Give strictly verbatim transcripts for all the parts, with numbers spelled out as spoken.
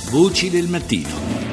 Voci del mattino.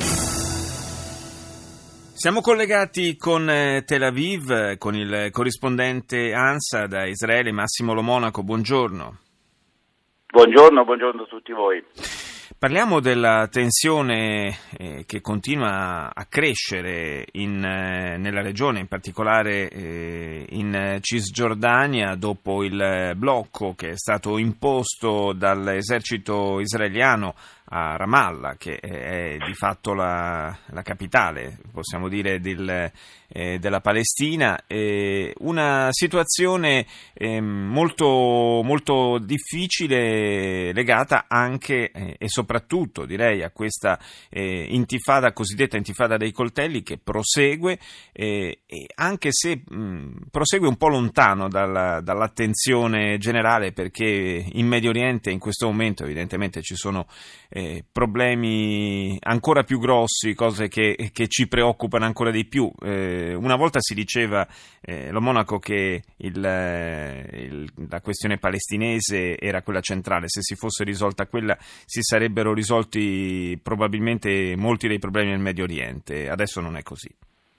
Siamo collegati con Tel Aviv, con il corrispondente ANSA da Israele, Massimo Lo Monaco. Buongiorno. Buongiorno, buongiorno a tutti voi. Parliamo della tensione eh, che continua a crescere in, eh, nella regione, in particolare eh, in Cisgiordania, dopo il blocco che è stato imposto dall'esercito israeliano a Ramallah, che è di fatto la, la capitale, possiamo dire, del, eh, della Palestina. Eh, una situazione eh, molto, molto difficile, legata anche eh, e soprattutto, direi, a questa eh, intifada, cosiddetta intifada dei coltelli, che prosegue, eh, e anche se mh, prosegue un po' lontano dalla, dall'attenzione generale, perché in Medio Oriente in questo momento evidentemente ci sono Eh, problemi ancora più grossi, cose che, che ci preoccupano ancora di più. Eh, una volta si diceva, eh, Lo Monaco, che il, il, la questione palestinese era quella centrale. Se si fosse risolta quella, si sarebbero risolti probabilmente molti dei problemi del Medio Oriente. Adesso non è così.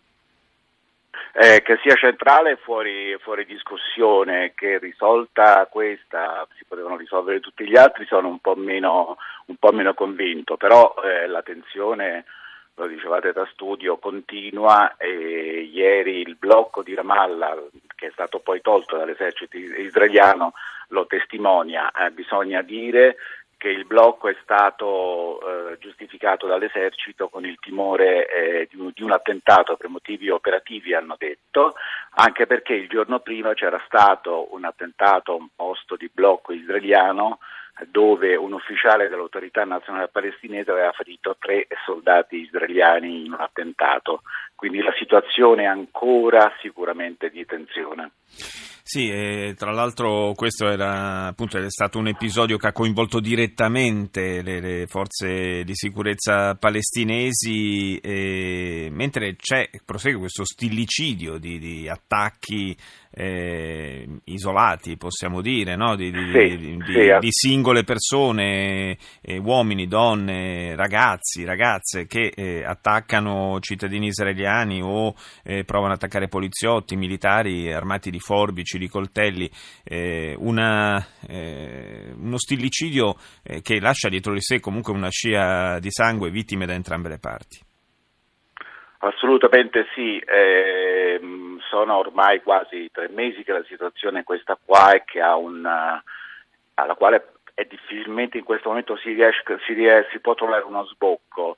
Eh, che sia centrale fuori, fuori discussione, che risolta questa si potevano risolvere tutti gli altri, sono un po' meno, un po' meno convinto, però eh, la tensione, lo dicevate da studio, continua, e ieri il blocco di Ramallah, che è stato poi tolto dall'esercito israeliano, lo testimonia. Eh, bisogna dire che il blocco è stato eh, giustificato dall'esercito con il timore eh, di, un, di un attentato per motivi operativi, hanno detto, anche perché il giorno prima c'era stato un attentato a un posto di blocco israeliano dove un ufficiale dell'autorità nazionale palestinese aveva ferito tre soldati israeliani in un attentato. Quindi la situazione è ancora sicuramente di tensione. Sì, e tra l'altro questo era appunto è stato un episodio che ha coinvolto direttamente le, le forze di sicurezza palestinesi, e, mentre c'è prosegue questo stillicidio di, di attacchi eh, isolati, possiamo dire, no? di, di, sì, di, sì, di, di singole persone, eh, uomini, donne, ragazzi, ragazze che eh, attaccano cittadini israeliani o eh, provano ad attaccare poliziotti, militari armati di forbici, di coltelli, eh, una, eh, uno stillicidio eh, che lascia dietro di sé comunque una scia di sangue, vittime da entrambe le parti. Assolutamente sì, eh, sono ormai quasi tre mesi che la situazione è questa qua, e che ha una, alla quale è difficilmente in questo momento si riesce, si, riesce, si può trovare uno sbocco.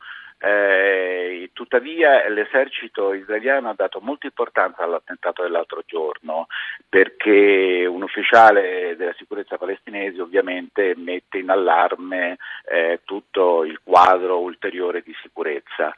Eh, tuttavia l'esercito israeliano ha dato molta importanza all'attentato dell'altro giorno, perché un ufficiale della sicurezza palestinese ovviamente mette in allarme eh, tutto il quadro ulteriore di sicurezza.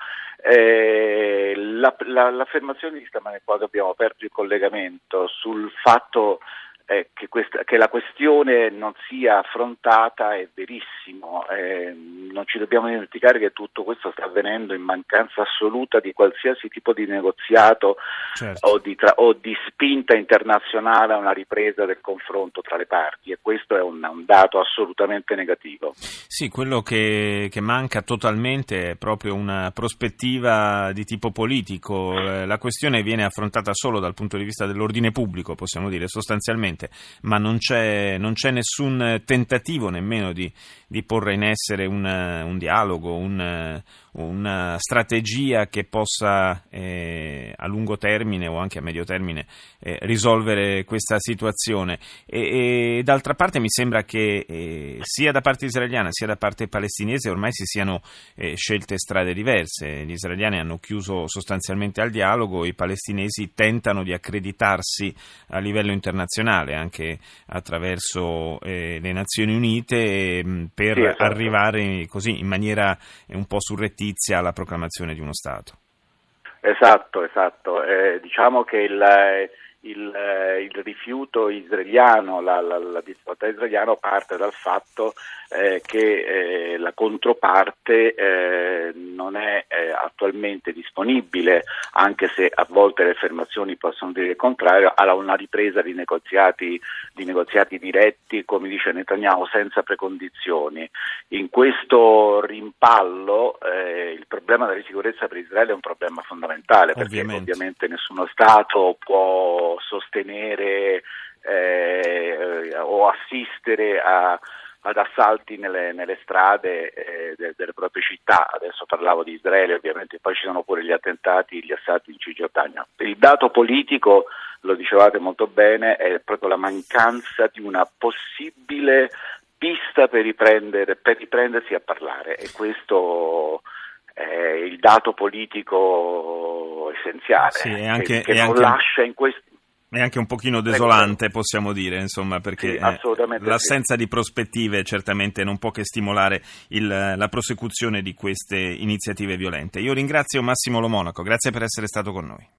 Eh, la, la, l'affermazione di stamane, quando abbiamo aperto il collegamento, sul fatto Eh, che, questa, che la questione non sia affrontata è verissimo. Eh, non ci dobbiamo dimenticare che tutto questo sta avvenendo in mancanza assoluta di qualsiasi tipo di negoziato, certo, o, di tra, o di spinta internazionale a una ripresa del confronto tra le parti, e questo è un, un dato assolutamente negativo. Sì, quello che, che manca totalmente è proprio una prospettiva di tipo politico. Eh, la questione viene affrontata solo dal punto di vista dell'ordine pubblico, possiamo dire, sostanzialmente, ma non c'è, non c'è nessun tentativo nemmeno di, di porre in essere un, un dialogo, un, una strategia che possa eh, a lungo termine o anche a medio termine eh, risolvere questa situazione. E, e d'altra parte mi sembra che eh, sia da parte israeliana sia da parte palestinese ormai si siano eh, scelte strade diverse. Gli israeliani hanno chiuso sostanzialmente al dialogo, i palestinesi tentano di accreditarsi a livello internazionale, anche attraverso eh, le Nazioni Unite, eh, per sì, esatto. arrivare così in maniera eh, un po' surrettizia alla proclamazione di uno Stato. Esatto, esatto. Eh, diciamo che il, il, il rifiuto israeliano, la, la, la difficoltà israeliana parte dal fatto eh, che eh, la controparte eh, non è eh, attualmente disponibile anche se a volte le affermazioni possono dire il contrario, alla una ripresa di negoziati, di negoziati diretti, come dice Netanyahu, senza precondizioni. In questo rimpallo eh, il problema della sicurezza per Israele è un problema fondamentale, perché ovviamente, ovviamente nessuno Stato può sostenere eh, o assistere a ad assalti nelle, nelle strade eh, de, delle proprie città. Adesso parlavo di Israele, ovviamente poi ci sono pure gli attentati, gli assalti in Cisgiordania. Il dato politico, lo dicevate molto bene, è proprio la mancanza di una possibile pista per riprendere, per riprendersi a parlare, e questo è il dato politico essenziale, sì, e anche, che, che e non anche... lascia in questo. È anche un pochino desolante, possiamo dire, insomma, perché sì, assolutamente l'assenza sì. di prospettive certamente non può che stimolare il, la prosecuzione di queste iniziative violente. Io ringrazio Massimo Lo Monaco, grazie per essere stato con noi.